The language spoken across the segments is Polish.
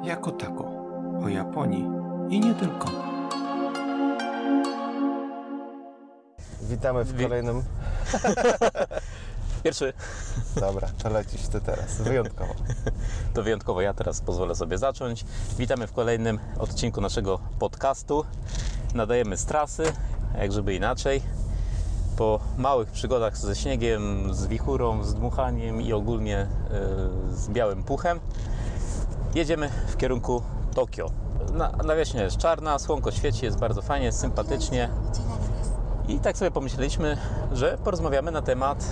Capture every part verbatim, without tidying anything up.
jako tako, o Japonii i nie tylko. Witamy w kolejnym... Pierwszy. Dobra, to lecisz ty teraz, wyjątkowo. To wyjątkowo ja teraz pozwolę sobie zacząć. Witamy w kolejnym odcinku naszego podcastu. Nadajemy z trasy, jak żeby inaczej. Po małych przygodach ze śniegiem, z wichurą, z dmuchaniem i ogólnie yy, z białym puchem jedziemy w kierunku Tokio. Na, nawierzchnia jest czarna, słonko świeci, jest bardzo fajnie, jest sympatycznie. I tak sobie pomyśleliśmy, że porozmawiamy na temat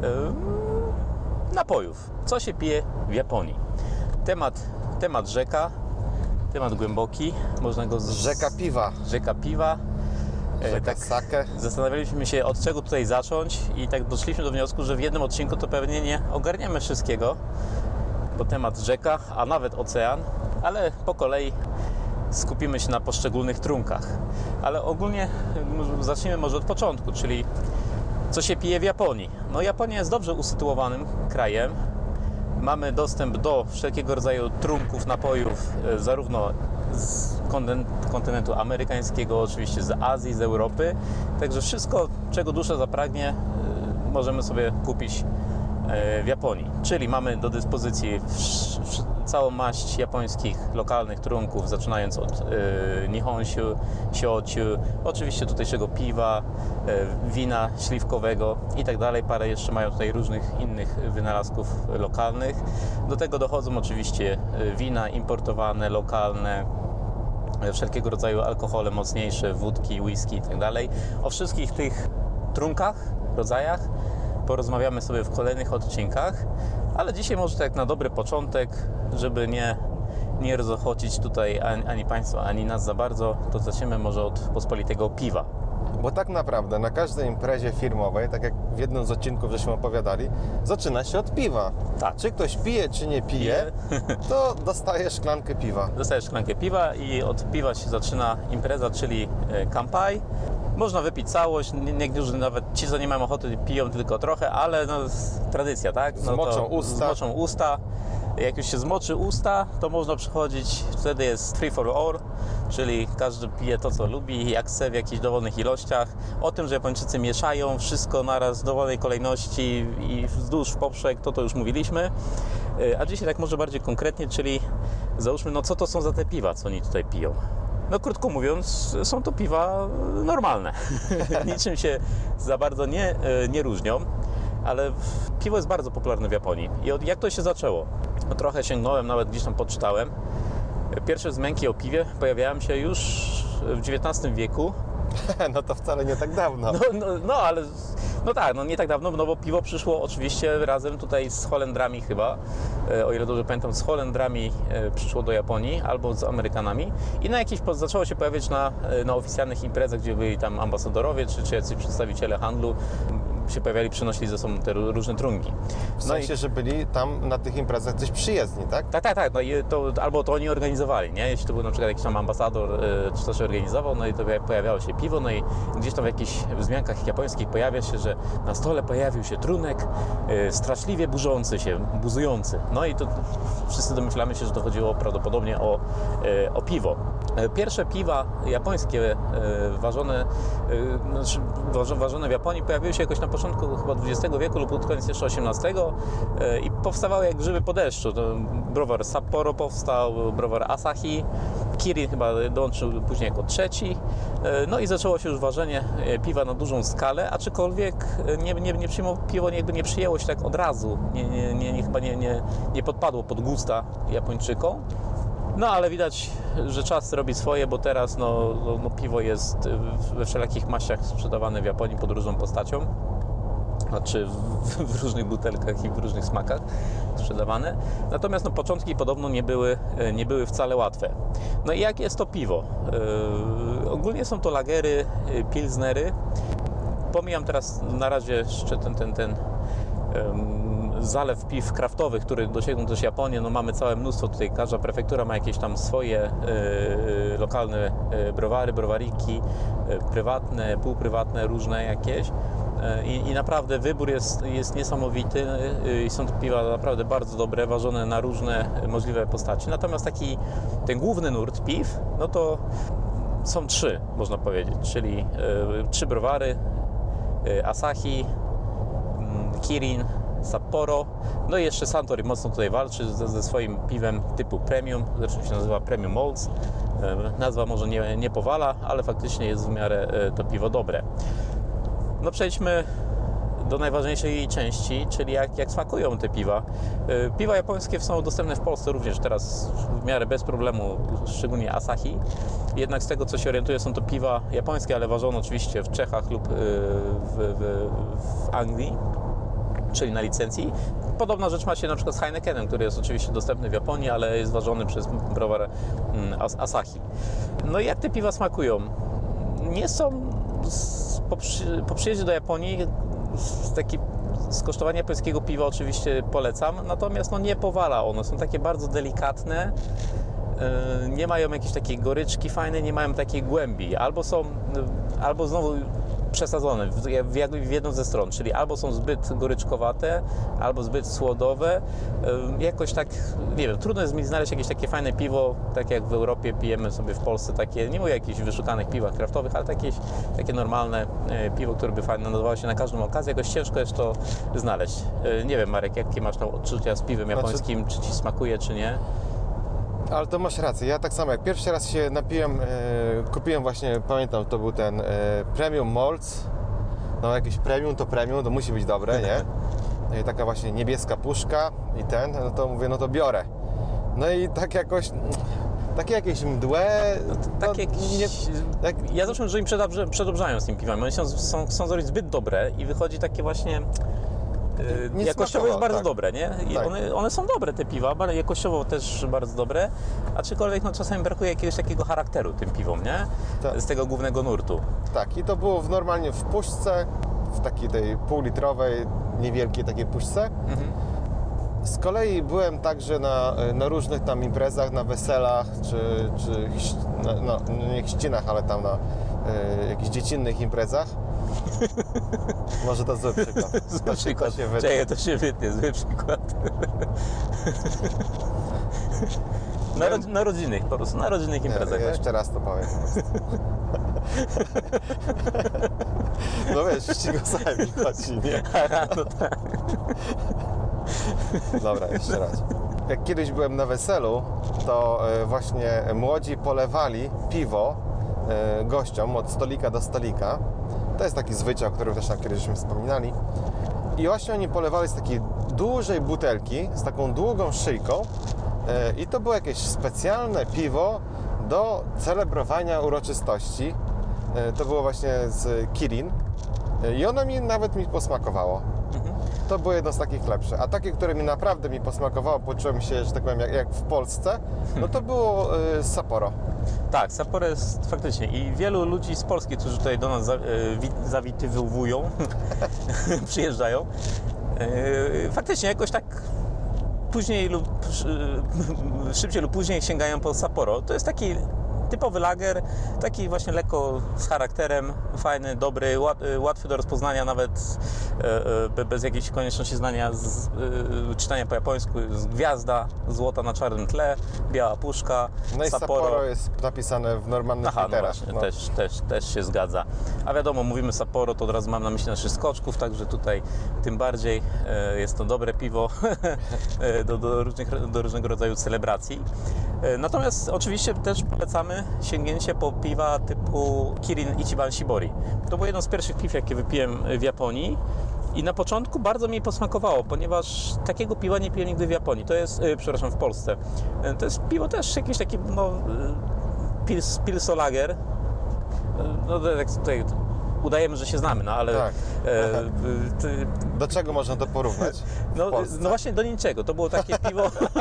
yy, napojów. Co się pije w Japonii? Temat, temat rzeka, temat głęboki. Można go z... Rzeka piwa. Rzeka piwa. Rzeka tak sake. Zastanawialiśmy się, od czego tutaj zacząć i tak doszliśmy do wniosku, że w jednym odcinku to pewnie nie ogarniemy wszystkiego, bo temat rzeka, a nawet ocean, ale po kolei skupimy się na poszczególnych trunkach. Ale ogólnie zacznijmy może od początku, czyli co się pije w Japonii. No Japonia jest dobrze usytuowanym krajem. Mamy dostęp do wszelkiego rodzaju trunków, napojów, zarówno z kontynentu amerykańskiego, oczywiście z Azji, z Europy. Także wszystko, czego dusza zapragnie, możemy sobie kupić w Japonii. Czyli mamy do dyspozycji całą maść japońskich lokalnych trunków, zaczynając od y, nihonshu, shochu, oczywiście tutejszego piwa, y, wina śliwkowego i tak dalej. Parę jeszcze mają tutaj różnych innych wynalazków lokalnych. Do tego dochodzą oczywiście wina importowane, lokalne, wszelkiego rodzaju alkohole mocniejsze, wódki, whisky i tak dalej. O wszystkich tych trunkach, rodzajach porozmawiamy sobie w kolejnych odcinkach, ale dzisiaj może tak na dobry początek, żeby nie, nie rozochocić tutaj ani, ani Państwa, ani nas za bardzo, to zaczniemy może od pospolitego piwa. Bo tak naprawdę na każdej imprezie firmowej, tak jak w jednym z odcinków żeśmy opowiadali, zaczyna się od piwa. Tak. Czy ktoś pije, czy nie pije, to dostaje szklankę piwa. Dostaje szklankę piwa i od piwa się zaczyna impreza, czyli kanpai. Można wypić całość, niektórzy nawet ci, co nie mają ochoty, piją tylko trochę, ale no, tradycja, tak? No zmoczą to usta. Zmoczą usta. Jak już się zmoczy usta, to można przechodzić, wtedy jest three for all, czyli każdy pije to, co lubi, jak chce, w jakichś dowolnych ilościach. O tym, że Japończycy mieszają wszystko naraz w dowolnej kolejności i wzdłuż, w poprzek, to to już mówiliśmy. A dzisiaj tak może bardziej konkretnie, czyli załóżmy, no co to są za te piwa, co oni tutaj piją. No krótko mówiąc, są to piwa normalne. Niczym się za bardzo nie, nie różnią, ale piwo jest bardzo popularne w Japonii. I od, jak to się zaczęło? No, trochę sięgnąłem, nawet gdzieś tam poczytałem. Pierwsze wzmianki o piwie pojawiają się już w dziewiętnastym wieku. No to wcale nie tak dawno. No, no, no ale... No tak, no nie tak dawno, no bo piwo przyszło oczywiście razem tutaj z Holendrami chyba, o ile dobrze pamiętam, z Holendrami przyszło do Japonii albo z Amerykanami i na jakieś zaczęło się pojawiać na, na oficjalnych imprezach, gdzie byli tam ambasadorowie czy, czy jacyś przedstawiciele handlu, się pojawiali, przynosili ze sobą te różne trunki. W No sensie, i... że byli tam na tych imprezach coś przyjezdni, tak? Tak, tak, tak. No i to, albo to oni organizowali, nie? Jeśli to był na przykład jakiś tam ambasador, czy coś organizował, no i to pojawiało się piwo, no i gdzieś tam w jakichś wzmiankach japońskich pojawia się, że na stole pojawił się trunek e, straszliwie burzący się, buzujący. No i to wszyscy domyślamy się, że to chodziło prawdopodobnie o, e, o piwo. E, pierwsze piwa japońskie e, ważone, e, znaczy ważone w Japonii pojawiły się jakoś na początku chyba dwudziestego wieku lub pod koniec jeszcze osiemnastego e, i powstawały jak grzyby po deszczu. To browar Sapporo powstał, browar Asahi, Kirin chyba dołączył później jako trzeci. No i zaczęło się już ważenie piwa na dużą skalę, aczkolwiek nie, nie, nie przyjmowało, piwo jakby nie przyjęło się tak od razu, nie, nie, nie, nie, chyba nie, nie, nie podpadło pod gusta Japończykom. No ale widać, że czas robi swoje, bo teraz no, no, no, piwo jest we wszelakich maściach sprzedawane w Japonii pod różną postacią. Znaczy w, w różnych butelkach i w różnych smakach sprzedawane. Natomiast no, początki podobno nie były, nie były wcale łatwe. No i jakie jest to piwo? Yy, ogólnie są to lagery, pilsnery. Pomijam teraz na razie jeszcze ten, ten, ten yy, zalew piw kraftowych, który dosięgnął też Japonię. No, mamy całe mnóstwo tutaj, każda prefektura ma jakieś tam swoje yy, lokalne yy, browary, browariki, yy, prywatne, półprywatne, różne jakieś. I, i naprawdę wybór jest, jest niesamowity i są to piwa naprawdę bardzo dobre, ważone na różne możliwe postaci. Natomiast taki ten główny nurt piw, no to są trzy, można powiedzieć, czyli y, trzy browary, y, Asahi, y, Kirin, Sapporo, no i jeszcze Suntory mocno tutaj walczy ze, ze swoim piwem typu premium, zresztą się nazywa Premium Malts. Y, nazwa może nie, nie powala, ale faktycznie jest w miarę y, to piwo dobre. No przejdźmy do najważniejszej jej części, czyli jak, jak smakują te piwa. Piwa japońskie są dostępne w Polsce również teraz w miarę bez problemu, szczególnie Asahi. Jednak z tego, co się orientuję, są to piwa japońskie, ale ważone oczywiście w Czechach lub w, w, w Anglii, czyli na licencji. Podobna rzecz ma się na przykład z Heinekenem, który jest oczywiście dostępny w Japonii, ale jest ważony przez browar Asahi. No i jak te piwa smakują? Nie są po, przy, po przyjeździe do Japonii taki skosztowanie japońskiego piwa oczywiście polecam, natomiast no nie powala ono, są takie bardzo delikatne, yy, nie mają jakiejś takiej goryczki fajnej, nie mają takiej głębi, albo są, albo znowu przesadzone w, w, w jedną ze stron, czyli albo są zbyt goryczkowate, albo zbyt słodowe, yy, jakoś tak, nie wiem, trudno jest mi znaleźć jakieś takie fajne piwo, tak jak w Europie pijemy sobie w Polsce takie, nie mówię o jakichś wyszukanych piwach kraftowych, ale takie, takie normalne yy, piwo, które by fajnie nadawało się na każdą okazję, jakoś ciężko jest to znaleźć. Yy, nie wiem, Marek, jakie masz tam odczucia z piwem japońskim, znaczy... czy Ci smakuje, czy nie? Ale to masz rację, ja tak samo jak pierwszy raz się napiłem, e, kupiłem właśnie, pamiętam, to był ten e, Premium Malts, no jakieś premium to premium, to musi być dobre, nie? E, taka właśnie niebieska puszka i ten, no to mówię, no to biorę. No i tak jakoś, takie jakieś mdłe... No to, tak jakieś, nie, jak... Ja zresztą, że im przedobrze, przedobrzają z tym piwami, one są, są, są zrobić zbyt dobre i wychodzi takie właśnie... Yy, jakościowo jest bardzo tak. dobre, nie? I tak. one, one są dobre, te piwa, ale jakościowo też bardzo dobre, aczkolwiek no, czasami brakuje jakiegoś takiego charakteru tym piwom, nie? Tak. Z tego głównego nurtu. Tak, i to było w, normalnie w puszce, w takiej tej półlitrowej, niewielkiej takiej puszce. Mhm. Z kolei byłem także na, na różnych tam imprezach, na weselach, czy, czy na, no, nie chrzcinach, ale tam na y, jakichś dziecinnych imprezach. Może to zły przykład. Zły to przykład. Się wytnie. Czekaj, to się wytnie, zły przykład. Na, ro, na rodzinnych, po prostu na rodzinnych imprezach. Nie, ja jeszcze raz to powiem. No wiesz, ścigosami chodzi, nie? No tak. Dobra, jeszcze raz. Jak kiedyś byłem na weselu, to właśnie młodzi polewali piwo gościom od stolika do stolika. To jest taki zwyczaj, o którym też tam kiedyśmy wspominali. I właśnie oni polewali z takiej dużej butelki, z taką długą szyjką. I to było jakieś specjalne piwo do celebrowania uroczystości. To było właśnie z Kirin. I ono mi nawet mi posmakowało. Mhm. To było jedno z takich lepszych. A takie, które mi naprawdę mi posmakowało, poczułem się, że tak powiem, jak, jak w Polsce, no to było y, Sapporo. Tak, Sapporo jest faktycznie i wielu ludzi z Polski, którzy tutaj do nas za, y, zawitywują, przyjeżdżają, y, faktycznie jakoś tak później lub y, szybciej lub później sięgają po Sapporo. To jest taki typowy lager, taki właśnie lekko z charakterem, fajny, dobry, łatwy do rozpoznania, nawet bez jakiejś konieczności znania, z, czytania po japońsku. Gwiazda złota na czarnym tle, biała puszka, no i Sapporo. Sapporo jest napisane w normalnych Aha, literach. No właśnie, no. też, też, też się zgadza. A wiadomo, mówimy Sapporo, to od razu mam na myśli naszych skoczków, także tutaj tym bardziej jest to dobre piwo do, do, różnych, do różnego rodzaju celebracji. Natomiast oczywiście też polecamy sięgnięcie po piwa typu Kirin Ichiban Shibori. To było jedno z pierwszych piw, jakie wypiłem w Japonii i na początku bardzo mi posmakowało, ponieważ takiego piwa nie piłem nigdy w Japonii. To jest, yy, przepraszam, w Polsce. To jest piwo też jakieś takie, no, pils, pilsolager. No, tak tutaj udajemy, że się znamy, no ale... Tak. E, ty... Do czego można to porównać? No, no właśnie do niczego. To było takie piwo...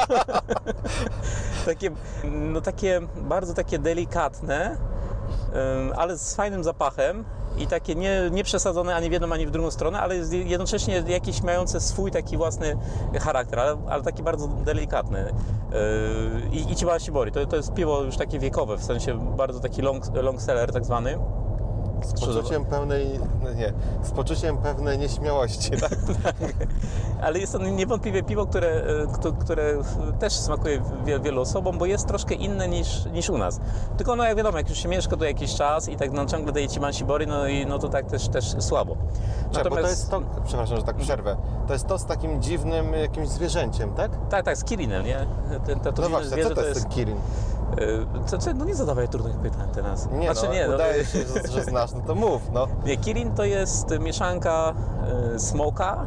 takie, no takie bardzo takie delikatne, ale z fajnym zapachem i takie nie, nie przesadzone ani w jedną, ani w drugą stronę, ale jednocześnie jakieś mające swój taki własny charakter, ale, ale taki bardzo delikatny. I Ichiban Shibori, to, to jest piwo już takie wiekowe, w sensie bardzo taki long, long seller tak zwany. Z poczuciem pełnej, no nie, z poczuciem pewnej nieśmiałości, tak? Ale jest to niewątpliwie piwo, które, e, kto- które też smakuje wie- wielu osobom, bo jest troszkę inne niż, niż u nas. Tylko no jak wiadomo, jak już się mieszka tu jakiś czas i tak no, ciągle daje ci Manshibori, no i no to tak też, też słabo. Czekaj, bo to jest to, przepraszam, że tak przerwę, to jest to z takim dziwnym jakimś zwierzęciem, tak? Tak, tak, z Kirinem, nie? Ten, to, to No dziwne właśnie, zwierzę co to jest ten Kirin? e, to, to, no nie zadawaj trudnych pytań teraz. Nie Znaczy, no, nie, no, udaje się, że, że znasz, no to mów, no. Nie, Kirin to jest mieszanka e, smoka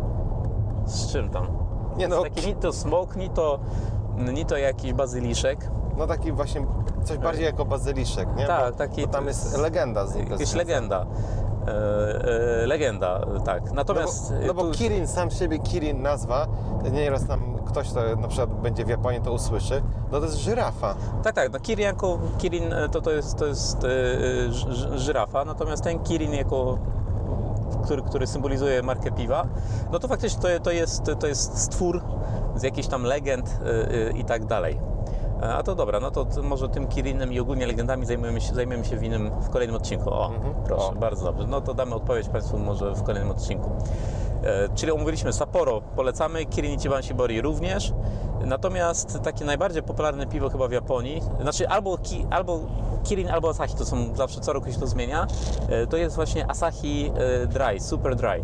z czym tam? Nie no, Taki ni to smok, ni to, ni to jakiś bazyliszek. no taki właśnie, coś bardziej jako bazyliszek, nie? Tak, bo, taki- bo tam jest legenda z nim. Jakaś legenda. E, e, legenda, tak. No Natomiast bo, no bo tu- Kirin, sam siebie Kirin nazwa, nieraz tam ktoś, kto na przykład będzie w Japonii, to usłyszy, no to jest żyrafa. Tak, tak, no Kirin jako Kirin e, to, to jest, to jest e, e, ż- ż- żyrafa, natomiast ten Kirin jako który, który symbolizuje markę piwa, no to faktycznie to, to, jest, to jest stwór z jakichś tam legend e, e, i tak dalej. E, A to dobra, no to, to może tym Kirinem i ogólnie legendami zajmiemy się, zajmiemy się w innym, w kolejnym odcinku. O, Mhm. proszę, O. bardzo dobrze. No to damy odpowiedź Państwu może w kolejnym odcinku. E, Czyli omówiliśmy Sapporo, polecamy, Kirin Ichiban Shibori również. Natomiast takie najbardziej popularne piwo chyba w Japonii, znaczy albo, ki, albo Kirin, albo Asahi, to są zawsze co roku się to zmienia, e, to jest właśnie Asahi e, Dry, Super Dry.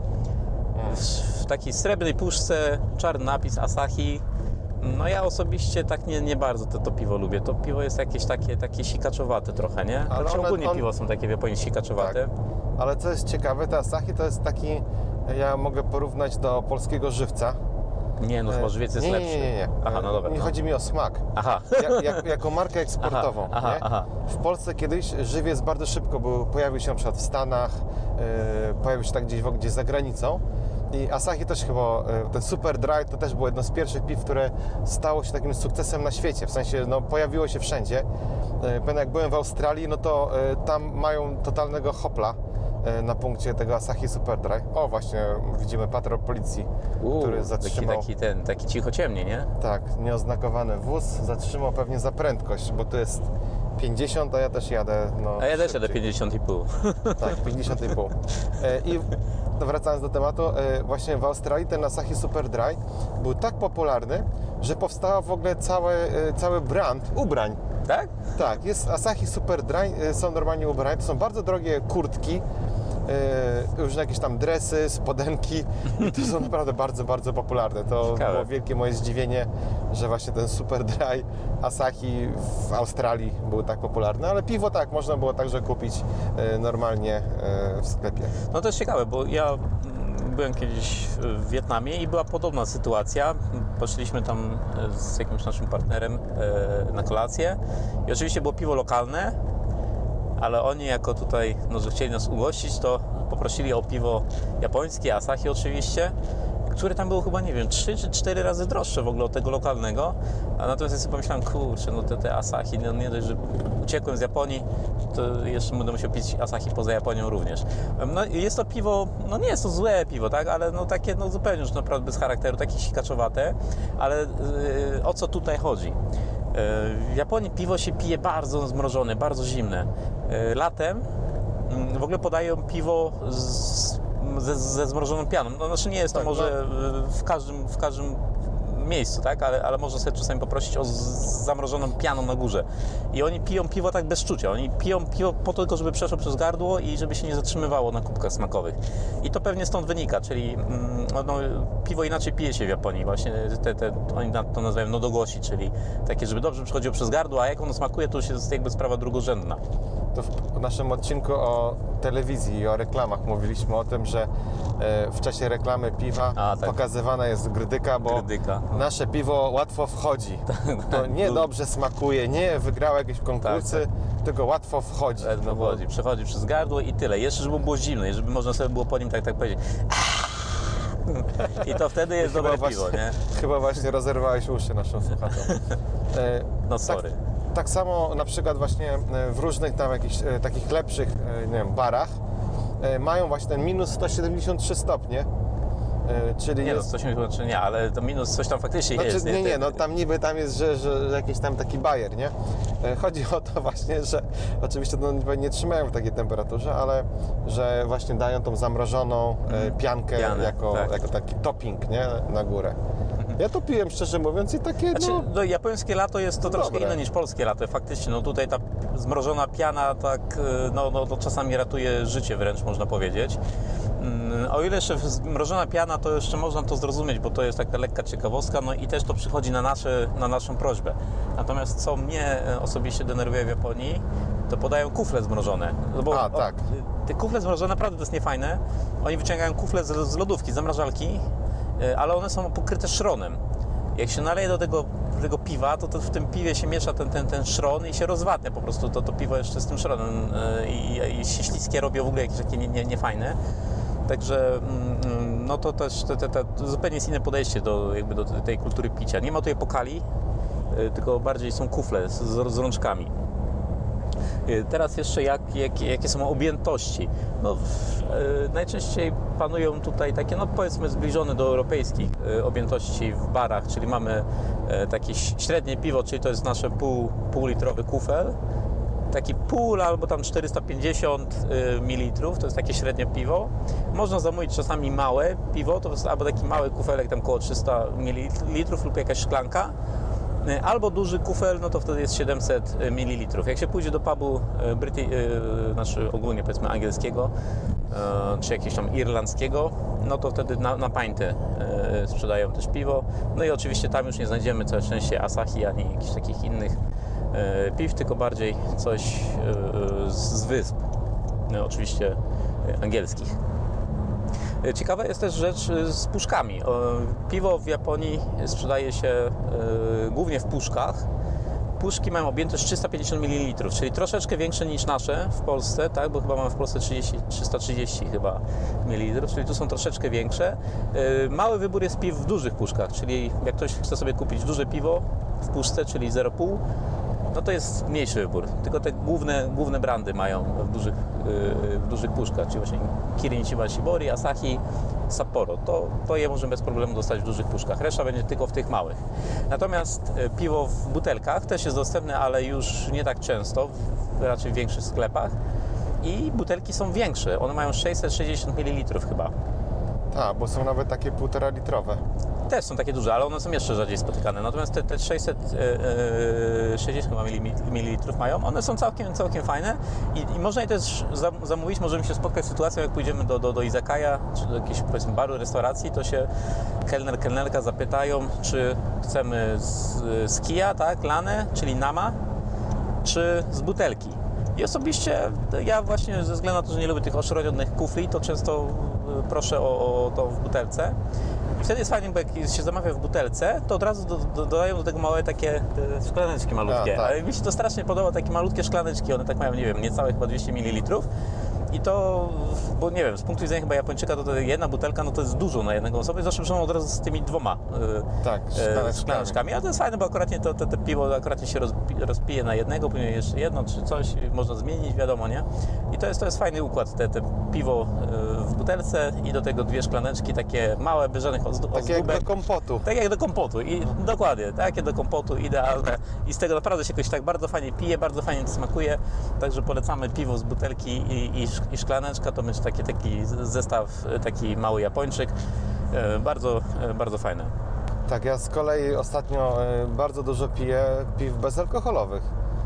W, w takiej srebrnej puszce, czarny napis Asahi. No ja osobiście tak nie, nie bardzo to, to piwo lubię. To piwo jest jakieś takie, takie sikaczowate trochę, nie? Ale Znaczy one- ogólnie on- piwo są takie w Japonii sikaczowate. Tak. Ale co jest ciekawe, te Asahi to jest taki, ja mogę porównać do polskiego żywca. Nie, no chyba żywiec jest nie, lepszy. Nie, nie, nie. Aha, no dobra. Nie no. chodzi mi o smak. Aha. Ja, jak, jako markę eksportową. Aha, aha, nie? aha. W Polsce kiedyś żywiec bardzo szybko był, pojawił się na przykład w Stanach, yy, pojawił się tak gdzieś, w- gdzieś za granicą. I Asahi też chyba, yy, ten Super Dry to też było jedno z pierwszych piw, które stało się takim sukcesem na świecie. W sensie, no, pojawiło się wszędzie. Yy, Pamiętam, jak byłem w Australii, no to yy, tam mają totalnego hopla yy, na punkcie tego Asahi Super Dry. O, właśnie widzimy patrol policji, Uuu, który taki, zatrzymał... taki, ten, taki cicho ciemnie, nie? Tak, nieoznakowany wóz zatrzymał pewnie za prędkość, bo to jest pięćdziesiąt, a ja też jadę. No, A ja też jadę szybciej. pięćdziesiąt i pół. Tak, pięćdziesiąt i pół. E, I wracając do tematu, e, właśnie w Australii ten Asahi Super Dry był tak popularny, że powstała w ogóle cały, e, cały brand ubrań. Tak? Tak, jest Asahi Super Dry, e, są normalnie ubrania, to są bardzo drogie kurtki, e, różne jakieś tam dresy, spodenki i to są naprawdę bardzo, bardzo popularne. To Ciekawe. było wielkie moje zdziwienie, że właśnie ten Super Dry Asahi w Australii był tak popularny, ale piwo tak, można było także kupić e, normalnie e, w sklepie. No to jest ciekawe, bo ja mm, byłem kiedyś w Wietnamie i była podobna sytuacja. Poszliśmy tam e, z jakimś naszym partnerem e, na kolację i oczywiście było piwo lokalne, ale oni jako tutaj, no, że chcieli nas ugościć, to poprosili o piwo japońskie, Asahi oczywiście, które tam było chyba, nie wiem, trzy czy cztery razy droższe w ogóle od tego lokalnego. A natomiast ja sobie pomyślałem, kurczę, no te, te Asahi, no nie dość, że uciekłem z Japonii, to jeszcze będę musiał pić Asahi poza Japonią również. No i jest to piwo, no nie jest to złe piwo, tak, ale no takie, no zupełnie już naprawdę bez charakteru, takie sikaczowate, ale yy, o co tutaj chodzi? W Japonii piwo się pije bardzo zmrożone, bardzo zimne. Latem w ogóle podają piwo z, ze, ze zmrożoną pianą. No, znaczy nie jest to Tak, może w każdym, w każdym miejscu, tak? ale, ale można sobie czasami poprosić o z, zamrożoną pianą na górze. I oni piją piwo tak bez czucia. Oni piją piwo po to tylko, żeby przeszło przez gardło i żeby się nie zatrzymywało na kubkach smakowych. I to pewnie stąd wynika, czyli mm, no, piwo inaczej pije się w Japonii. Właśnie te, te, oni to nazywają nodogoshi, czyli takie, żeby dobrze przechodziło przez gardło, a jak ono smakuje, to już jest jakby sprawa drugorzędna. To w naszym odcinku o telewizji i o reklamach mówiliśmy o tym, że e, w czasie reklamy piwa A, tak. pokazywana jest grydyka, bo Grydyka. nasze piwo łatwo wchodzi. To nie dobrze smakuje, nie wygrało jakieś konkursy, tylko łatwo wchodzi. No bo- wchodzi, przechodzi przez gardło i tyle. Jeszcze, żeby było zimne, żeby można sobie było po nim tak, tak powiedzieć. I to wtedy jest Chyba dobre właśnie, piwo, nie? chyba właśnie rozerwałeś uszy naszym słuchaczom. E, No sorry. Tak, tak samo na przykład właśnie e, w różnych tam jakichś e, takich lepszych, e, nie wiem, barach e, mają właśnie ten minus sto siedemdziesiąt trzy stopnie czyli Nie, no jest... sto osiemdziesiąt znaczy nie, ale to minus coś tam faktycznie Znaczy, jest. nie, nie, Te- no tam niby tam jest, że, że, że jakiś tam taki bajer, nie? Chodzi o to właśnie, że oczywiście no, nie trzymają w takiej temperaturze, ale że właśnie dają tą zamrożoną e, piankę Pianę, jako, tak. jako taki topping, nie? Na górę. Ja to piłem, szczerze mówiąc, i takie, Znaczy, no... no, japońskie lato jest to troszkę dobre. inne niż polskie lato, faktycznie. No tutaj ta zmrożona piana tak, no, no to czasami ratuje życie wręcz, można powiedzieć. Mm, O ile jeszcze zmrożona piana, to jeszcze można to zrozumieć, bo to jest taka lekka ciekawostka, no i też to przychodzi na, nasze, na naszą prośbę. Natomiast co mnie osobiście denerwuje w Japonii, to podają kufle zmrożone. No bo, A, tak. O, te kufle zmrożone naprawdę to jest niefajne. Oni wyciągają kufle z, z lodówki, z zamrażalki, ale one są pokryte szronem. Jak się naleje do tego, tego piwa, to, to w tym piwie się miesza ten, ten, ten szron i się rozwadnia po prostu to, to piwo jeszcze z tym szronem i, i się śliskie robią w ogóle jakieś takie niefajne. Nie, nie fajne. Także no to też te, te, te, to zupełnie jest inne podejście do, jakby do tej kultury picia. Nie ma tutaj pokali, tylko bardziej są kufle z, z rączkami. Teraz jeszcze jak, jak, jakie są objętości. No, w, e, najczęściej panują tutaj takie, no powiedzmy zbliżone do europejskich e, objętości w barach, czyli mamy e, takie średnie piwo, czyli to jest nasze pół, półlitrowy kufel, taki pół albo tam czterysta pięćdziesiąt mililitrów, to jest takie średnie piwo. Można zamówić czasami małe piwo, to jest albo taki mały kufelek, tam około trzysta mililitrów lub jakaś szklanka. Albo duży kufel, no to wtedy jest siedemset mililitrów. Jak się pójdzie do pubu Bryty... znaczy ogólnie powiedzmy angielskiego, czy jakiegoś tam irlandzkiego, no to wtedy na, na pinty sprzedają też piwo. No i oczywiście tam już nie znajdziemy coraz częściej Asahi ani jakichś takich innych piw, tylko bardziej coś z wysp, no, oczywiście angielskich. Ciekawa jest też rzecz z puszkami. Piwo w Japonii sprzedaje się głównie w puszkach. Puszki mają objętość trzysta pięćdziesiąt mililitrów, czyli troszeczkę większe niż nasze w Polsce, tak? Bo chyba mamy w Polsce trzydzieści, trzysta trzydzieści chyba mililitrów, czyli tu są troszeczkę większe. Mały wybór jest piw w dużych puszkach, czyli jak ktoś chce sobie kupić duże piwo w puszce, czyli zero przecinek pięć, no to jest mniejszy wybór. Tylko te główne, główne brandy mają w dużych, w dużych puszkach, czyli właśnie Kirin Ichiban Shibori, Asahi, Sapporo. To, to je możemy bez problemu dostać w dużych puszkach. Reszta będzie tylko w tych małych. Natomiast piwo w butelkach też jest dostępne, ale już nie tak często, w, raczej w większych sklepach. I butelki są większe. One mają sześćset sześćdziesiąt mililitrów chyba. Tak, bo są nawet takie półtora litrowe. Też są takie duże, ale one są jeszcze rzadziej spotykane. Natomiast te, te sześćset sześćdziesiąt mililitrów mają, one są całkiem, całkiem fajne i, i można je też zamówić. Możemy się spotkać z sytuacją, jak pójdziemy do, do, do izakaya, czy do jakiegoś powiedzmy baru, restauracji, to się kelner, kelnerka zapytają, czy chcemy z, z kija, tak, lane, czyli nama, czy z butelki. I osobiście ja właśnie ze względu na to, że nie lubię tych oszrodzonych kufli, to często proszę o, o to w butelce. I wtedy jest fajnie, bo jak się zamawia w butelce, to od razu do, do, dodają do tego małe takie szklaneczki malutkie. A, tak. Ale mi się to strasznie podoba, takie malutkie szklaneczki, one tak mają, nie wiem, niecałe chyba dwieście mililitrów. I to, bo nie wiem, z punktu widzenia chyba Japończyka, to, to jedna butelka, no to jest dużo na jednego osobę, zawsze przyszło od razu z tymi dwoma Tak, e, szklaneczkami. A to jest fajne, bo akurat to, to, to piwo akurat się rozpi, rozpije na jednego, później jeszcze jedno, czy coś, można zmienić, wiadomo, nie? I to jest, to jest fajny układ, te, te piwo w butelce i do tego dwie szklaneczki, takie małe, bez żadnych ozdób, Takie jak do kompotu. Tak jak do kompotu i dokładnie, takie do kompotu, idealne i z tego naprawdę się jakoś tak bardzo fajnie pije, bardzo fajnie smakuje, także polecamy piwo z butelki i, i, i szklaneczka, to będzie taki, taki zestaw, taki mały Japończyk, bardzo, bardzo fajne. Tak, ja z kolei ostatnio bardzo dużo piję piw bezalkoholowych.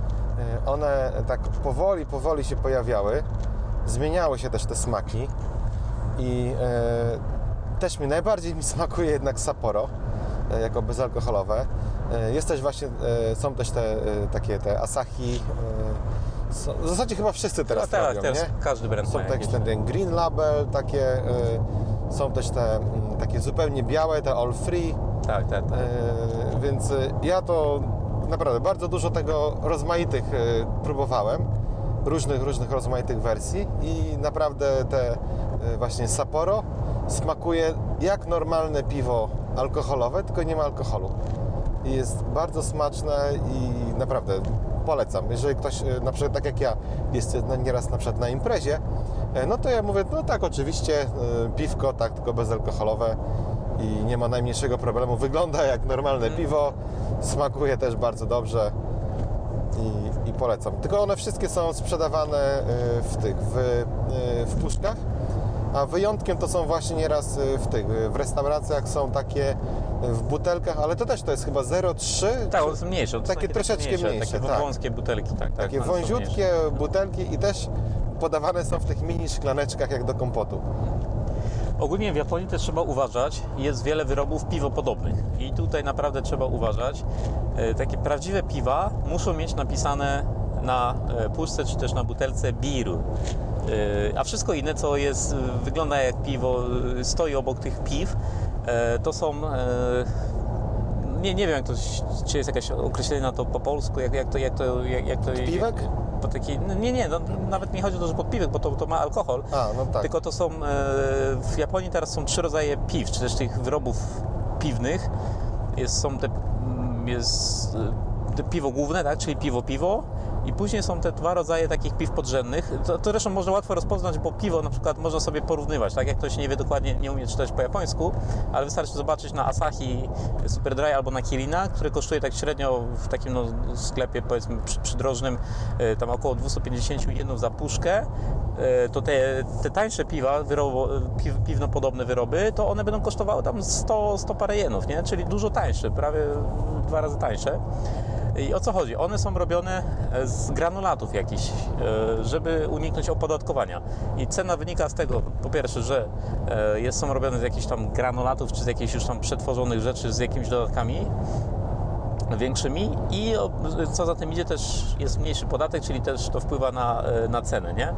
One tak powoli, powoli się pojawiały, zmieniały się też te smaki i e, też mi najbardziej mi smakuje jednak Sapporo e, jako bezalkoholowe. E, jest też właśnie, e, są też te e, takie te Asahi, e, są, w zasadzie chyba wszyscy teraz no, tak, robią, teraz nie? każdy brand Są ma też jakieś. ten Green Label, takie, e, są też te m, takie zupełnie białe, te All Free. Tak, tak, tak. E, więc ja to naprawdę bardzo dużo tego rozmaitych e, próbowałem, różnych, różnych rozmaitych wersji i naprawdę te e, właśnie Sapporo smakuje jak normalne piwo alkoholowe, tylko nie ma alkoholu. I jest bardzo smaczne i naprawdę polecam. Jeżeli ktoś, e, na przykład tak jak ja, jest nieraz na przykład na imprezie no to ja mówię, no tak, oczywiście, piwko, tak, tylko bezalkoholowe i nie ma najmniejszego problemu. Wygląda jak normalne mm. piwo, smakuje też bardzo dobrze i, i polecam. Tylko one wszystkie są sprzedawane w tych, w, w puszkach, a wyjątkiem to są właśnie nieraz w tych, w restauracjach są takie w butelkach, ale to też to jest chyba zero przecinek trzy. Tak, one są mniejsze. Takie, takie troszeczkę mniejsze. mniejsze takie tak. wąskie butelki, tak. tak takie wąziutkie butelki i też podawane są w tych mini szklaneczkach jak do kompotu. Ogólnie w Japonii też trzeba uważać, jest wiele wyrobów piwopodobnych i tutaj naprawdę trzeba uważać. Takie prawdziwe piwa muszą mieć napisane na puszce czy też na butelce biru. A wszystko inne, co jest, wygląda jak piwo, stoi obok tych piw, to są, nie, nie wiem jak to, czy jest jakieś określenie na to po polsku, jak, jak to, jak to, jak, jak to Piwek? Po taki, nie, nie, no, nawet nie chodzi o to, że podpiwek, bo to, to ma alkohol, A, no tak. tylko to są, w Japonii teraz są trzy rodzaje piw, czy też tych wyrobów piwnych, jest, są te, jest te piwo główne, tak, czyli piwo-piwo, i później są te dwa rodzaje takich piw podrzędnych. To, to zresztą można łatwo rozpoznać, bo piwo na przykład można sobie porównywać, tak? Jak ktoś nie wie dokładnie, nie umie czytać po japońsku, ale wystarczy zobaczyć na Asahi Super Dry albo na Kirina, które kosztuje tak średnio w takim no, sklepie powiedzmy przy, przydrożnym tam około dwieście pięćdziesiąt jenów za puszkę. To te, te tańsze piwa, wyrobo, piw, piwnopodobne wyroby, to one będą kosztowały tam sto, sto parę jenów, nie? Czyli dużo tańsze, prawie dwa razy tańsze. I o co chodzi? One są robione z granulatów jakichś, żeby uniknąć opodatkowania. I cena wynika z tego, po pierwsze, że jest, są robione z jakichś tam granulatów, czy z jakichś już tam przetworzonych rzeczy z jakimiś dodatkami większymi i co za tym idzie też jest mniejszy podatek, czyli też to wpływa na, na cenę, nie?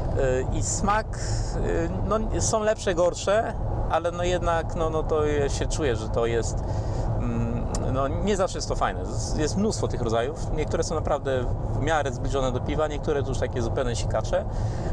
I smak, no są lepsze, gorsze, ale no jednak no, no to się czuje, że to jest no nie zawsze jest to fajne. Jest mnóstwo tych rodzajów. Niektóre są naprawdę w miarę zbliżone do piwa, niektóre to już takie zupełne sikacze,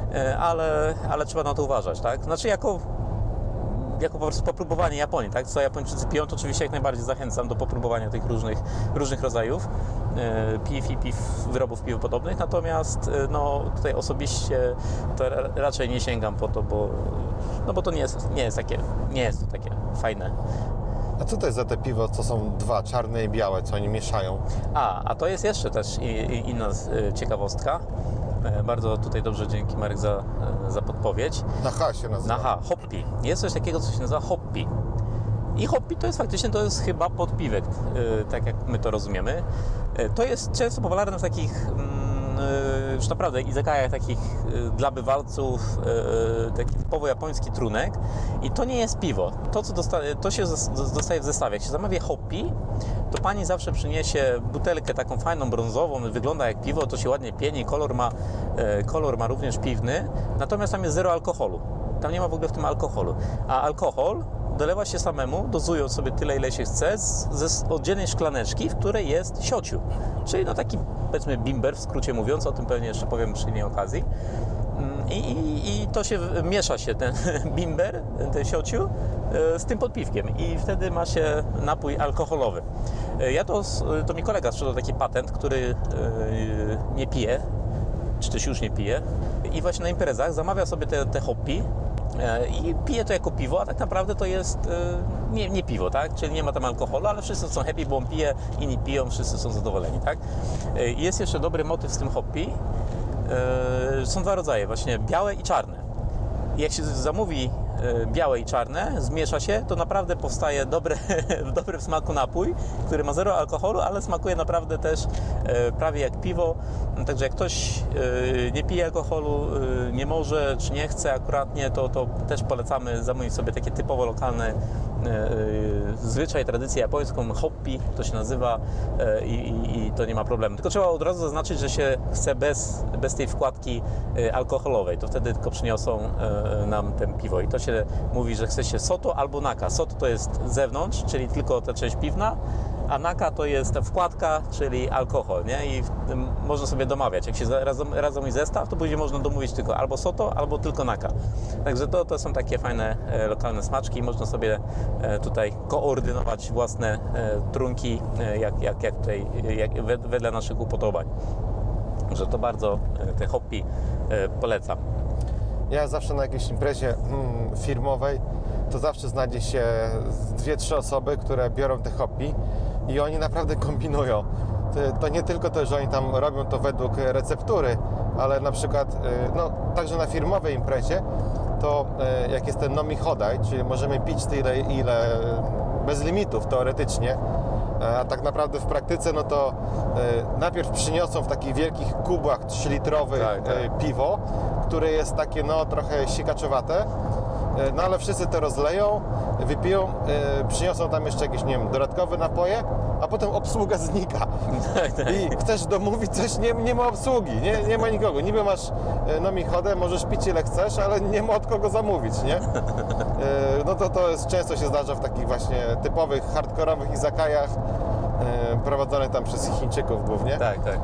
ale, ale trzeba na to uważać, tak? Znaczy jako, jako po prostu popróbowanie Japonii, tak? Co Japończycy piją, to oczywiście jak najbardziej zachęcam do popróbowania tych różnych, różnych rodzajów piw i piw, wyrobów piwopodobnych, natomiast no tutaj osobiście to raczej nie sięgam po to, bo, no bo to nie jest, nie jest takie, nie jest to takie fajne. A co to jest za te piwo, co są dwa, czarne i białe, co oni mieszają? A, a to jest jeszcze też inna ciekawostka. Bardzo tutaj dobrze, dzięki Marek za, za podpowiedź. Na H się nazywa. Na H, hoppy. Jest coś takiego, co się nazywa hoppy. I hoppy to jest faktycznie, to jest chyba podpiwek, tak jak my to rozumiemy. To jest często popularne w takich już naprawdę izakajach takich dla bywalców, taki typowo japoński trunek i to nie jest piwo. To, co dosta to się dostaje w zestawie. Jak się zamawia hoppy, to pani zawsze przyniesie butelkę taką fajną, brązową, wygląda jak piwo, to się ładnie pieni, kolor ma, kolor ma również piwny, natomiast tam jest zero alkoholu. Tam nie ma w ogóle w tym alkoholu. A alkohol dolewa się samemu, dozując sobie tyle, ile się chce, z, z oddzielnej szklaneczki, w której jest siociu. Czyli no taki, powiedzmy, bimber, w skrócie mówiąc, o tym pewnie jeszcze powiem przy innej okazji. I, i, i to się, miesza się ten bimber, ten siociu z tym podpiwkiem i wtedy ma się napój alkoholowy. Ja to, to mi kolega sprzedał taki patent, który nie pije, czy też już nie pije i właśnie na imprezach zamawia sobie te, te hoppy i pije to jako piwo, a tak naprawdę to jest nie, nie piwo, tak? Czyli nie ma tam alkoholu, ale wszyscy są happy, bo on pije, inni piją, wszyscy są zadowoleni, tak? Jest jeszcze dobry motyw z tym hoppy. Są dwa rodzaje, właśnie białe i czarne. I jak się zamówi białe i czarne, zmiesza się, to naprawdę powstaje dobry, dobry w smaku napój, który ma zero alkoholu, ale smakuje naprawdę też prawie jak piwo. Także jak ktoś nie pije alkoholu, nie może, czy nie chce akuratnie, to, to też polecamy zamówić sobie takie typowo lokalne zwyczaj, tradycję japońską, hoppy to się nazywa i, i, i to nie ma problemu. Tylko trzeba od razu zaznaczyć, że się chce bez, bez tej wkładki alkoholowej, to wtedy tylko przyniosą nam ten piwo i to się mówi, że chce się soto albo naka. Soto to jest zewnątrz, czyli tylko ta część piwna, a naka to jest ta wkładka, czyli alkohol, nie? I można sobie domawiać. Jak się razem i zestaw, to później można domówić tylko albo soto, albo tylko naka. Także to, to są takie fajne e, lokalne smaczki. Można sobie e, tutaj koordynować własne e, trunki, e, jak, jak, jak tutaj, jak, wedle naszych upodobań. Także to bardzo e, te hoppy e, polecam. Ja zawsze na jakiejś imprezie mm, firmowej to zawsze znajdzie się dwie, trzy osoby, które biorą te hobby i oni naprawdę kombinują. To, to nie tylko to, że oni tam robią to według receptury, ale na przykład, no także na firmowej imprezie, to jak jest ten nomi hodaj, czyli możemy pić tyle, ile bez limitów teoretycznie, a tak naprawdę w praktyce, no to najpierw przyniosą w takich wielkich kubłach trzylitrowych tak, tak. piwo, które jest takie no trochę sikaczowate, no ale wszyscy to rozleją, wypiją, przyniosą tam jeszcze jakieś, nie wiem, dodatkowe napoje, a potem obsługa znika. I chcesz domówić coś, nie, nie ma obsługi, nie, nie ma nikogo. Niby masz nomi chodę, możesz pić ile chcesz, ale nie ma od kogo zamówić, nie? No to to jest, często się zdarza w takich właśnie typowych, hardkorowych izakajach, prowadzonych tam przez Chińczyków głównie. Tak, tak.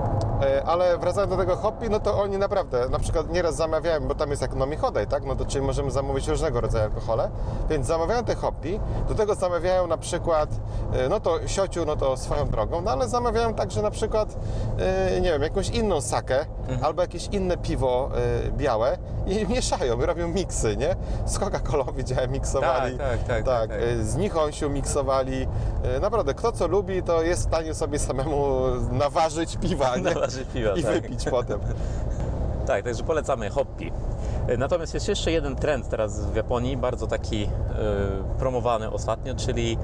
Ale wracając do tego hobby, no to oni naprawdę, na przykład nieraz zamawiałem, bo tam jest jak nomi hodaj, tak? No to czyli możemy zamówić różnego rodzaju alkohole, więc zamawiają te hobby, do tego zamawiają na przykład, no to siociu, no to swoją drogą, no ale zamawiają także na przykład, nie wiem, jakąś inną sakę, mhm. albo jakieś inne piwo białe i mieszają, robią miksy, nie? Z Coca-Colą widziałem, miksowali, tak, tak, tak, tak, tak, tak. z Nihonsiu miksowali, naprawdę, kto co lubi, to jest w stanie sobie samemu naważyć piwa, nie? Piwa, I tak. wypić potem. Tak, także polecamy hobby. Natomiast jest jeszcze jeden trend teraz w Japonii, bardzo taki y, promowany ostatnio, czyli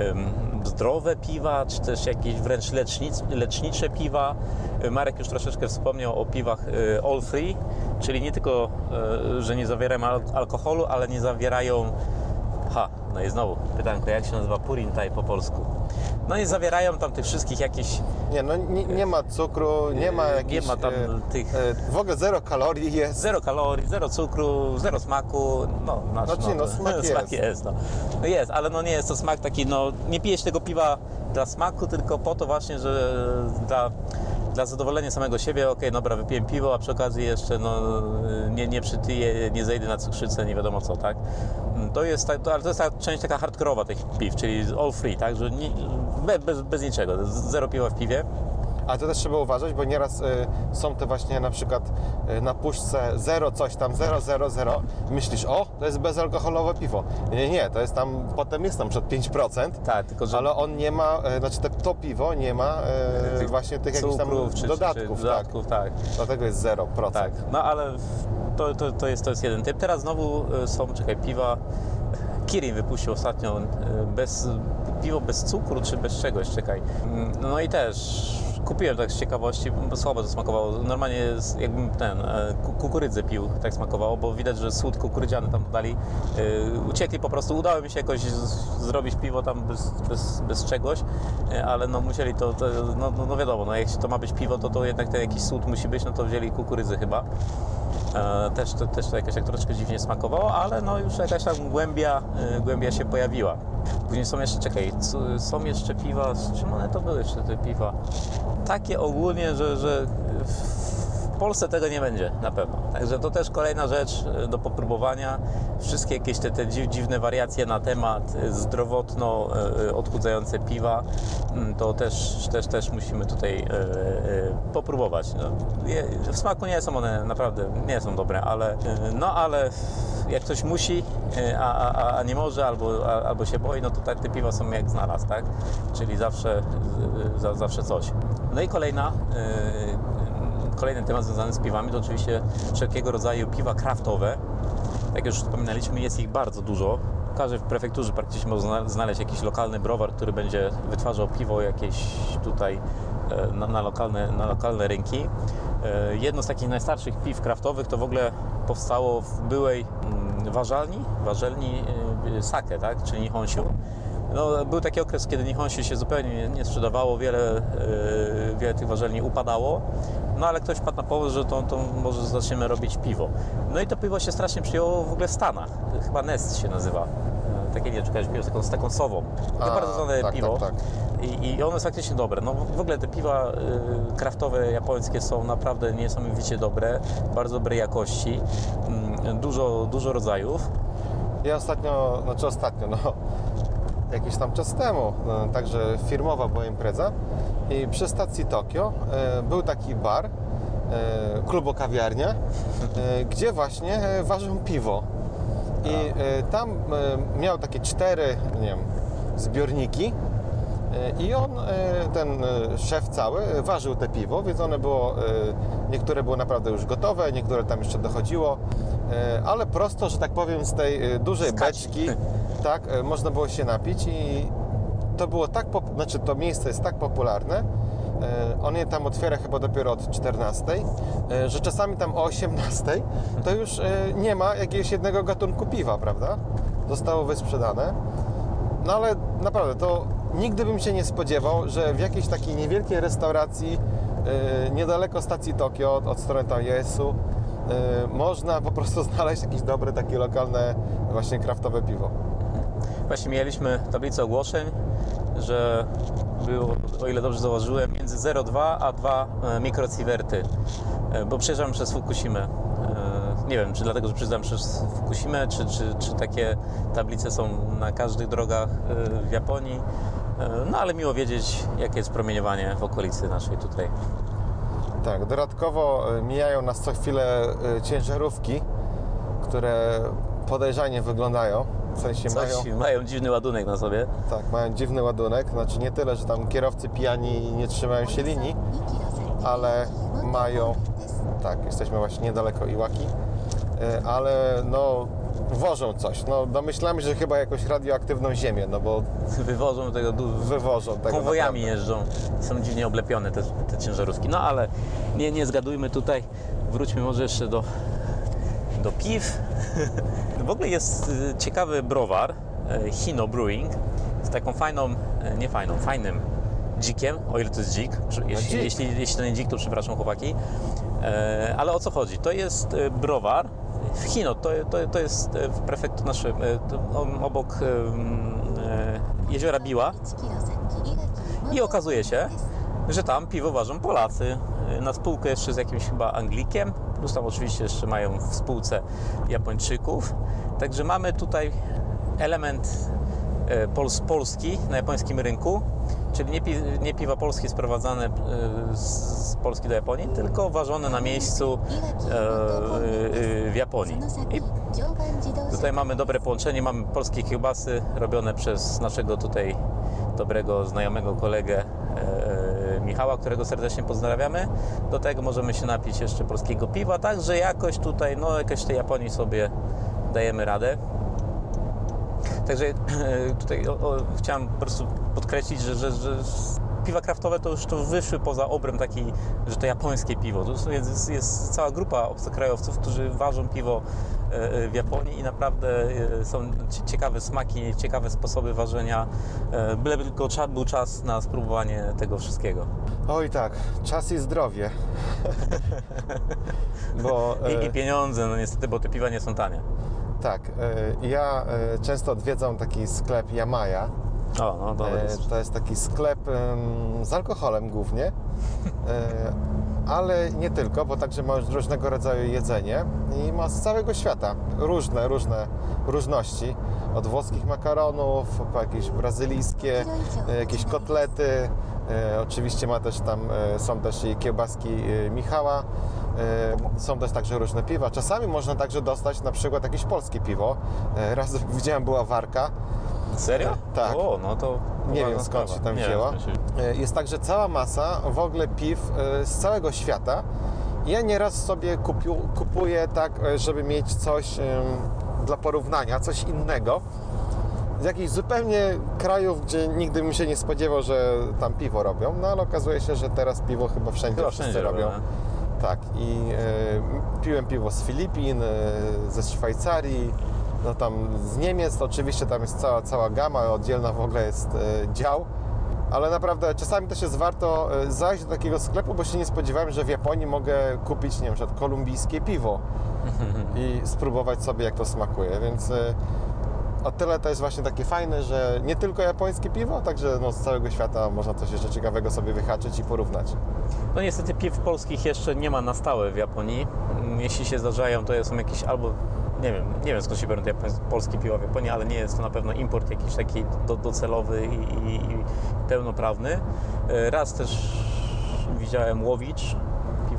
y, zdrowe piwa, czy też jakieś wręcz lecznic, lecznicze piwa. Marek już troszeczkę wspomniał o piwach y, all free, czyli nie tylko, y, że nie zawierają al alkoholu, ale nie zawierają... Ha, no i znowu pytanko, jak się nazywa purintaj po polsku? No i zawierają tam tych wszystkich jakichś... Nie, no nie, nie ma cukru, nie ma jakichś... Nie ma tam e, tych... E, w ogóle zero kalorii jest. Zero kalorii, zero cukru, zero smaku, no... Znaczy, znaczy, no, no smak jest. Smak jest, no. no jest, ale no nie jest to smak taki, no... Nie pijesz tego piwa dla smaku, tylko po to właśnie, że dla... Dla zadowolenia samego siebie, okej, okay, dobra, wypiję piwo, a przy okazji jeszcze no, nie, nie przytyję, nie zejdę na cukrzycę, nie wiadomo co, tak? To jest, ta, to, ale to jest ta część taka hardkorowa tych piw, czyli all free, tak? Że nie, bez, bez niczego, zero piwa w piwie. A to też trzeba uważać, bo nieraz y, są te właśnie na przykład y, na puszce zero coś tam, zero zero zero. Myślisz, o, to jest bezalkoholowe piwo. Nie, nie, to jest tam, potem jest tam przed pięć procent, tak, tylko, że... ale on nie ma, y, znaczy te, to piwo nie ma y, tych właśnie tych jakichś tam czy, dodatków, czy dodatków, tak. tak. Dlatego jest zero procent. Tak, no ale to, to, to, jest, to jest jeden typ. Teraz znowu są, czekaj, piwa... Kirin wypuścił ostatnio bez, piwo bez cukru, czy bez czegoś, czekaj. No i też kupiłem tak z ciekawości, bo słabo to smakowało. Normalnie jakbym ten kukurydzę pił, tak smakowało, bo widać, że słód kukurydziany tam dodali. Uciekli po prostu, udało mi się jakoś zrobić piwo tam bez, bez, bez czegoś, ale no musieli to, to no, no wiadomo, no jak to ma być piwo, to, to jednak ten jakiś słód musi być, no to wzięli kukurydzę chyba. Też to, też to jakoś tak troszeczkę dziwnie smakowało, ale no już jakaś tam głębia, głębia się pojawiła. Później są jeszcze, czekaj, są jeszcze piwa, z czym one to były jeszcze te piwa? Takie ogólnie, że, że w Polsce tego nie będzie na pewno. Także to też kolejna rzecz do popróbowania. Wszystkie jakieś te, te dziwne wariacje na temat zdrowotno odchudzające piwa, to też, też, też musimy tutaj popróbować. No, w smaku nie są one naprawdę, nie są dobre, ale no ale jak ktoś musi, a, a, a nie może albo, a, albo się boi, no to te, te piwa są jak znalazł, tak? Czyli zawsze, za, zawsze coś. No i kolejna Kolejny temat związany z piwami to oczywiście wszelkiego rodzaju piwa kraftowe. Jak już wspominaliśmy, jest ich bardzo dużo. W każdej prefekturze praktycznie można znaleźć jakiś lokalny browar, który będzie wytwarzał piwo jakieś tutaj na, na, lokalne, na lokalne rynki. Jedno z takich najstarszych piw kraftowych to w ogóle powstało w byłej ważalni, ważelni sake, tak? Czyli Nihonsiu. No, był taki okres, kiedy Nihonsiu się zupełnie nie sprzedawało, wiele, yy, wiele tych warzelni upadało, no ale ktoś wpadł na pomysł, że to, to może zaczniemy robić piwo. No i to piwo się strasznie przyjęło w ogóle w Stanach, chyba Nest się nazywa, takie nie wiem, piwo z taką, z taką sową. To A, bardzo znane tak, piwo tak, tak. I, i ono jest faktycznie dobre. No w ogóle te piwa yy, kraftowe japońskie są naprawdę niesamowicie dobre, bardzo dobrej jakości, yy, dużo, dużo rodzajów. Ja ostatnio, znaczy ostatnio, no jakiś tam czas temu, no, także firmowa była impreza i przy stacji Tokio e, był taki bar, klubu kawiarnia, e, gdzie właśnie e, ważą piwo. I e, tam e, miał takie cztery, nie wiem, zbiorniki i on, ten szef cały, ważył te piwo, więc one było, niektóre były naprawdę już gotowe, niektóre tam jeszcze dochodziło, ale prosto, że tak powiem, z tej dużej Skacz. beczki, tak, można było się napić i to było tak, pop- znaczy to miejsce jest tak popularne, on je tam otwiera chyba dopiero od czternastej, że czasami tam o osiemnastej to już nie ma jakiegoś jednego gatunku piwa, prawda? Zostało wysprzedane. No ale naprawdę, to nigdy bym się nie spodziewał, że w jakiejś takiej niewielkiej restauracji yy, niedaleko stacji Tokio, od, od strony tam Jesu, yy, można po prostu znaleźć jakieś dobre, takie lokalne, właśnie kraftowe piwo. Właśnie mieliśmy tablicę ogłoszeń, że było, o ile dobrze zauważyłem, między zero przecinek dwa a dwa mikrosiewerty, bo przejeżdżam przez Fukushimę. Nie wiem, czy dlatego, że przejeżdżam przez Fukushimę, czy, czy, czy takie tablice są na każdych drogach w Japonii. No ale miło wiedzieć, jakie jest promieniowanie w okolicy naszej tutaj. Tak, dodatkowo mijają nas co chwilę ciężarówki, które podejrzanie wyglądają. W sensie Coś, mają, mają dziwny ładunek na sobie. tak, mają dziwny ładunek, znaczy nie tyle, że tam kierowcy pijani nie trzymają się linii, ale mają, tak, jesteśmy właśnie niedaleko Iwaki, ale no wożą coś, no domyślamy się, że chyba jakąś radioaktywną ziemię, no bo Wywożą tego du- wywożą tego konwojami naprawdę. jeżdżą. Są dziwnie oblepione te, te ciężarówki. No ale nie, nie zgadujmy tutaj. Wróćmy może jeszcze do, do piw. W ogóle jest y, ciekawy browar y, Hino Brewing z taką fajną, y, nie fajną, fajnym dzikiem, o ile to jest dzik. Jeśli, dzik. jeśli, jeśli to nie dzik, to przepraszam chłopaki. E, ale o co chodzi? To jest y, browar w Hino, to, to, to jest y, w prefektu naszym, y, to, o- obok y, y, jeziora Biła. I okazuje się, że tam piwo ważą Polacy. Na spółkę jeszcze z jakimś chyba Anglikiem, plus tam oczywiście jeszcze mają w spółce Japończyków. Także mamy tutaj element e, pols polski na japońskim rynku, czyli nie, pi nie piwa polskie sprowadzane e, z z Polski do Japonii, tylko ważone na miejscu e, e, w Japonii. I tutaj mamy dobre połączenie, mamy polskie kiełbasy robione przez naszego tutaj dobrego, znajomego kolegę e, Michała, którego serdecznie pozdrawiamy. Do tego możemy się napić jeszcze polskiego piwa, także jakoś tutaj, no jakoś w tej Japonii sobie dajemy radę. Także e, tutaj o, o, chciałem po prostu podkreślić, że, że, że piwa kraftowe to już to wyszły poza obręb taki, że to japońskie piwo. To jest, jest cała grupa obcokrajowców, którzy ważą piwo w Japonii i naprawdę są ciekawe smaki, ciekawe sposoby ważenia. Byle tylko był czas na spróbowanie tego wszystkiego. Oj tak, czas i zdrowie. Bo, I, I pieniądze, no niestety, bo te piwa nie są tanie. tak, e, ja e, często odwiedzam taki sklep Yamaya. O, no to E, jest... To jest taki sklep em, z alkoholem głównie, e, ale nie tylko, bo także ma już różnego rodzaju jedzenie i ma z całego świata różne, różne różności. Od włoskich makaronów, po jakieś brazylijskie, e, jakieś kotlety. E, oczywiście ma też tam, e, są też i kiełbaski e, Michała. E, Są też także różne piwa. Czasami można także dostać na przykład jakieś polskie piwo. E, Raz widziałem, była warka. Serio? Tak. O, no to... Nie wiem, poważna skąd się sprawa. tam Nie wzięła. wiem, skąd się- Jest także cała masa w ogóle piw e, z całego świata. Ja nieraz sobie kupiu, kupuję tak, e, żeby mieć coś em, dla porównania, coś innego. Z jakichś zupełnie krajów, gdzie nigdy bym się nie spodziewał, że tam piwo robią. No ale okazuje się, że teraz piwo chyba wszędzie Chyba wszyscy wszędzie robią. robią, Tak, i e, piłem piwo z Filipin, e, ze Szwajcarii, no tam z Niemiec, to oczywiście tam jest cała, cała gama, oddzielna w ogóle jest e, dział, ale naprawdę czasami też jest warto e, zajść do takiego sklepu, bo się nie spodziewałem, że w Japonii mogę kupić, nie wiem, na przykład kolumbijskie piwo i spróbować sobie, jak to smakuje, więc e, o tyle to jest właśnie takie fajne, że nie tylko japońskie piwo, także no, z całego świata można coś jeszcze ciekawego sobie wyhaczyć i porównać. No niestety piw polskich jeszcze nie ma na stałe w Japonii. Jeśli się zdarzają, to są jakieś albo, nie wiem, nie wiem skąd się biorą te japońskie- polskie piwa w Japonii, ale nie jest to na pewno import jakiś taki do, docelowy i, i, i pełnoprawny. E, Raz też widziałem Łowicz, piwo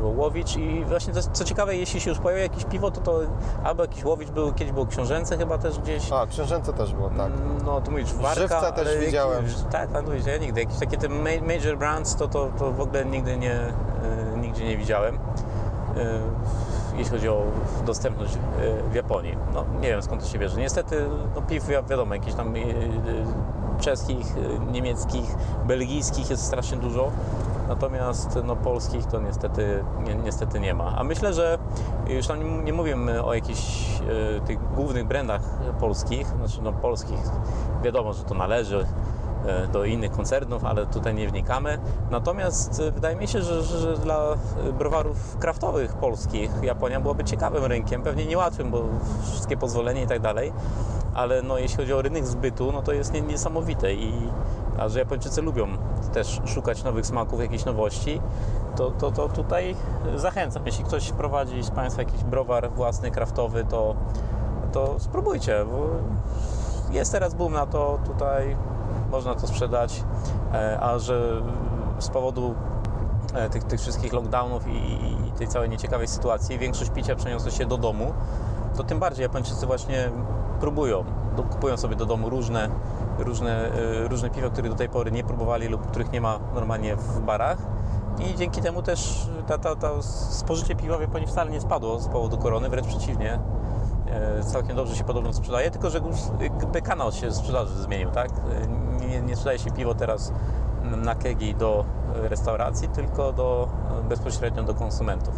piwo Łowicz i właśnie to, co ciekawe, jeśli się już pojawia jakieś piwo, to to albo jakiś Łowicz był, kiedyś było Książęce chyba też gdzieś. A, Książęce też było, tak. No, to mówisz Warka. Żywca też ale widziałem. Jakiś, tak, pan mówisz, ja nigdy. Jakieś takie te major brands, to, to, to w ogóle nigdy nie, y, nigdzie nie widziałem. Y, jeśli chodzi o dostępność w Japonii. No nie wiem, skąd to się bierze. Niestety no, piw, wiadomo, jakichś tam y, y, czeskich, y, niemieckich, belgijskich jest strasznie dużo. Natomiast no, polskich to niestety, ni, niestety nie ma. A myślę, że już tam nie, nie mówimy o jakichś y, tych głównych brandach polskich, znaczy no polskich, wiadomo, że to należy do innych koncernów, ale tutaj nie wnikamy. Natomiast wydaje mi się, że, że dla browarów kraftowych polskich Japonia byłaby ciekawym rynkiem, pewnie niełatwym, bo wszystkie pozwolenia i tak dalej, ale no, jeśli chodzi o rynek zbytu, no to jest niesamowite i a że Japończycy lubią też szukać nowych smaków, jakichś nowości, to, to, to tutaj zachęcam. Jeśli ktoś prowadzi z Państwa jakiś browar własny, kraftowy, to, to spróbujcie, bo jest teraz boom na to, tutaj można to sprzedać, a że z powodu tych, tych wszystkich lockdownów i, i tej całej nieciekawej sytuacji większość picia przeniosła się do domu, to tym bardziej Japończycy właśnie próbują, kupują sobie do domu różne, różne, różne piwa, których do tej pory nie próbowali lub których nie ma normalnie w barach i dzięki temu też ta, ta, ta spożycie piwa w Japonii wcale nie spadło z powodu korony, wręcz przeciwnie. Całkiem dobrze się podobno sprzedaje, tylko że jakby kanał się sprzedaży zmienił, tak? Nie, nie sprzedaje się piwo teraz na kegi do restauracji, tylko do, bezpośrednio do konsumentów.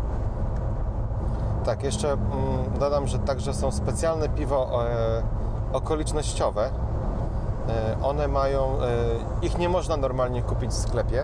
Tak, jeszcze mm, dodam, że także są specjalne piwo e, okolicznościowe. E, one mają, e, ich nie można normalnie kupić w sklepie.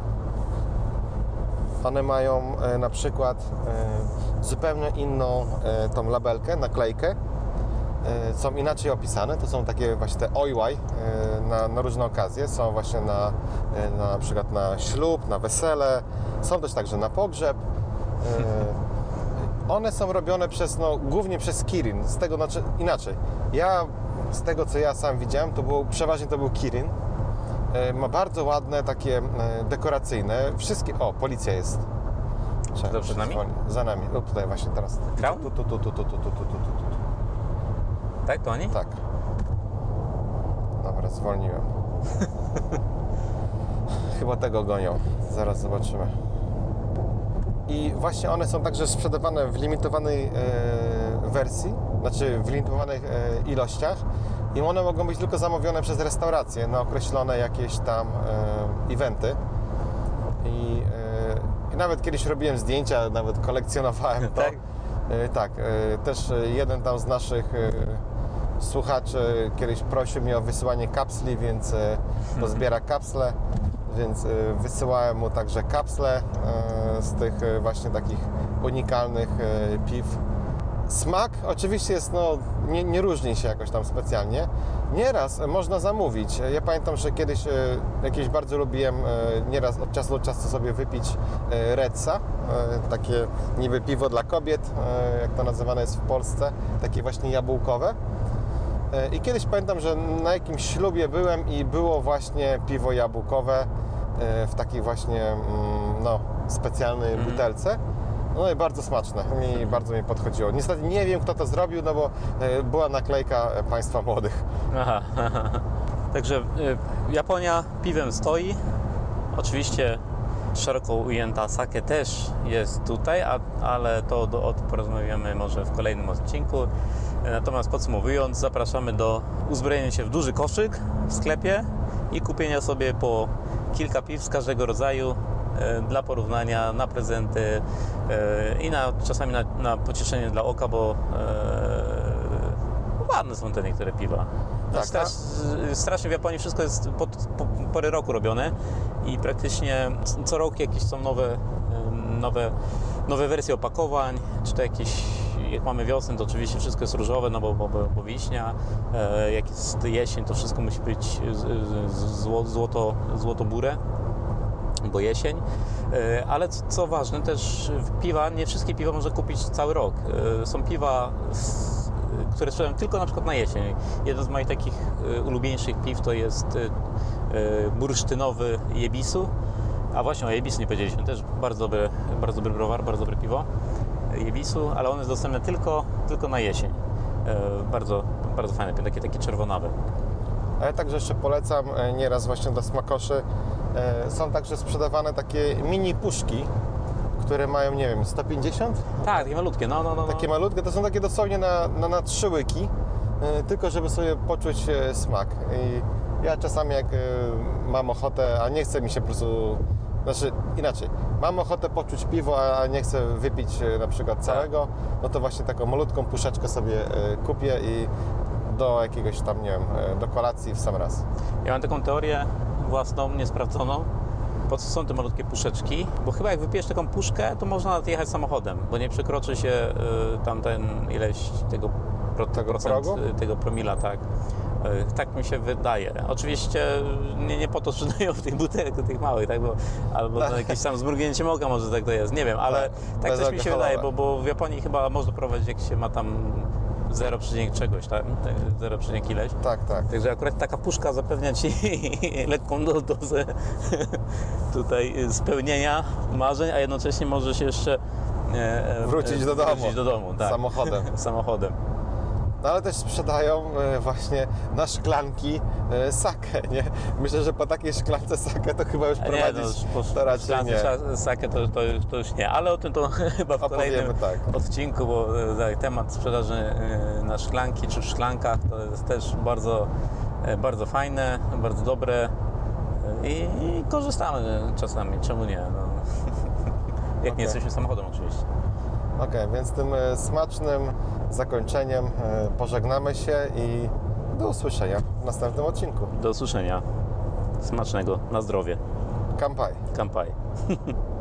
One mają e, na przykład e, zupełnie inną e, tą labelkę, naklejkę. E, są inaczej opisane. To są takie właśnie te ojłaj e, na, na różne okazje. Są właśnie na, e, na, na przykład na ślub, na wesele. Są też także na pogrzeb. E, one są robione przez, no, głównie przez Kirin. Z tego, znaczy, inaczej. Ja, z tego co ja sam widziałem, to był, przeważnie to był Kirin. Ma bardzo ładne, takie dekoracyjne. Wszystkie... O, policja jest. To przed nami? Za nami. No tutaj właśnie teraz. Crown? Tu, tu, tu, tu, tu, tu, tu, tu, tu, tu. Tak, to oni? Tak. Dobra, zwolniłem. Chyba tego gonią. Zaraz zobaczymy. I właśnie one są także sprzedawane w limitowanej e, wersji, znaczy w limitowanych e, ilościach. I one mogą być tylko zamówione przez restauracje na określone jakieś tam e, eventy. I, e, I nawet kiedyś robiłem zdjęcia, nawet kolekcjonowałem to. Tak? E, tak, e, też jeden tam z naszych e, słuchaczy kiedyś prosił mnie o wysyłanie kapsli, więc e, pozbiera kapsle, więc e, wysyłałem mu także kapsle e, z tych e, właśnie takich unikalnych e, piw. Smak oczywiście jest, no, nie, nie różni się jakoś tam specjalnie. Nieraz można zamówić. Ja pamiętam, że kiedyś e, jakieś bardzo lubiłem e, nieraz od czasu do czasu sobie wypić e, Redsa, e, takie niby piwo dla kobiet, e, jak to nazywane jest w Polsce, takie właśnie jabłkowe. E, I kiedyś pamiętam, że na jakimś ślubie byłem i było właśnie piwo jabłkowe e, w takiej właśnie mm, no, specjalnej Mm. butelce. No i bardzo smaczne, mi bardzo mi podchodziło. Niestety nie wiem, kto to zrobił, no bo e, była naklejka Państwa Młodych. Aha, aha. Także y, Japonia piwem stoi. Oczywiście szeroko ujęta sake też jest tutaj, a, ale to do, o tym porozmawiamy może w kolejnym odcinku. Natomiast podsumowując, zapraszamy do uzbrojenia się w duży koszyk w sklepie i kupienia sobie po kilka piw z każdego rodzaju dla porównania, na prezenty i na, czasami na, na pocieszenie dla oka, bo e, ładne są te niektóre piwa. Tak, Strasz, strasznie w Japonii wszystko jest pod, po pory roku robione i praktycznie co roku jakieś są nowe, nowe, nowe wersje opakowań, czy to jakieś, jak mamy wiosnę, to oczywiście wszystko jest różowe, no bo, bo, bo wiśnia, e, jak jest jesień, to wszystko musi być zło, złoto, złoto-burę, bo jesień, ale co, co ważne, też piwa, nie wszystkie piwa można kupić cały rok. Są piwa, które sprzedają tylko na przykład na jesień. Jeden z moich takich ulubieńszych piw to jest bursztynowy Jebisu. A właśnie o Jebisu nie powiedzieliśmy, też bardzo dobry, bardzo dobry browar, bardzo dobre piwo Jebisu, ale on jest dostępny tylko, tylko na jesień. E, bardzo, bardzo fajne, takie, takie czerwonawe. A ja także jeszcze polecam e, nieraz właśnie dla smakoszy. E, są także sprzedawane takie mini puszki, które mają, nie wiem, sto pięćdziesiąt? Tak, takie malutkie, no, no, no. Takie malutkie, to są takie dosłownie na, na, na trzy łyki, e, tylko żeby sobie poczuć e, smak. I ja czasami jak e, mam ochotę, a nie chce mi się po prostu, znaczy inaczej, mam ochotę poczuć piwo, a nie chcę wypić e, na przykład całego, no to właśnie taką malutką puszeczkę sobie e, kupię i do jakiegoś tam, nie wiem, e, do kolacji w sam raz. Ja mam taką teorię własną, niesprawdzoną. Po co są te malutkie puszeczki? Bo chyba jak wypijesz taką puszkę, to można jechać samochodem, bo nie przekroczy się y, tamten ileś tego, pro, Tego procent, progu? y, tego promila, tak. Y, tak mi się wydaje. Oczywiście nie, nie po to sprzedają w tych butelkach, tych małych, tak? Bo, albo no, jakieś tam zmrugnięcie oka może tak to jest, nie wiem, ale tak, tak coś mi się wydaje, bo, bo w Japonii chyba można prowadzić, jak się ma tam zero przecinek czegoś, tak? zero przecinek ileś. Tak, tak. Także akurat taka puszka zapewnia Ci lekką do- dozę tutaj spełnienia marzeń, a jednocześnie możesz jeszcze e, e, Wrócić do domu. Wrócić do domu, tak. Samochodem. Samochodem. No ale też sprzedają e, właśnie na szklanki e, sakę, nie? Myślę, że po takiej szklance sakę to chyba już prowadzić po to raczej szklance nie. sza- sakę to, to, już, to już nie, ale o tym to chyba w Opowiemy, kolejnym tak. odcinku, bo e, temat sprzedaży e, na szklanki czy w szklankach to jest też bardzo, e, bardzo fajne, bardzo dobre e, i, i korzystamy czasami, czemu nie? No. Jak Okay. nie jesteśmy samochodem oczywiście. Okej, więc tym e, smacznym zakończeniem e, pożegnamy się i do usłyszenia w następnym odcinku. Do usłyszenia. Smacznego. Na zdrowie. Kampai. Kampai.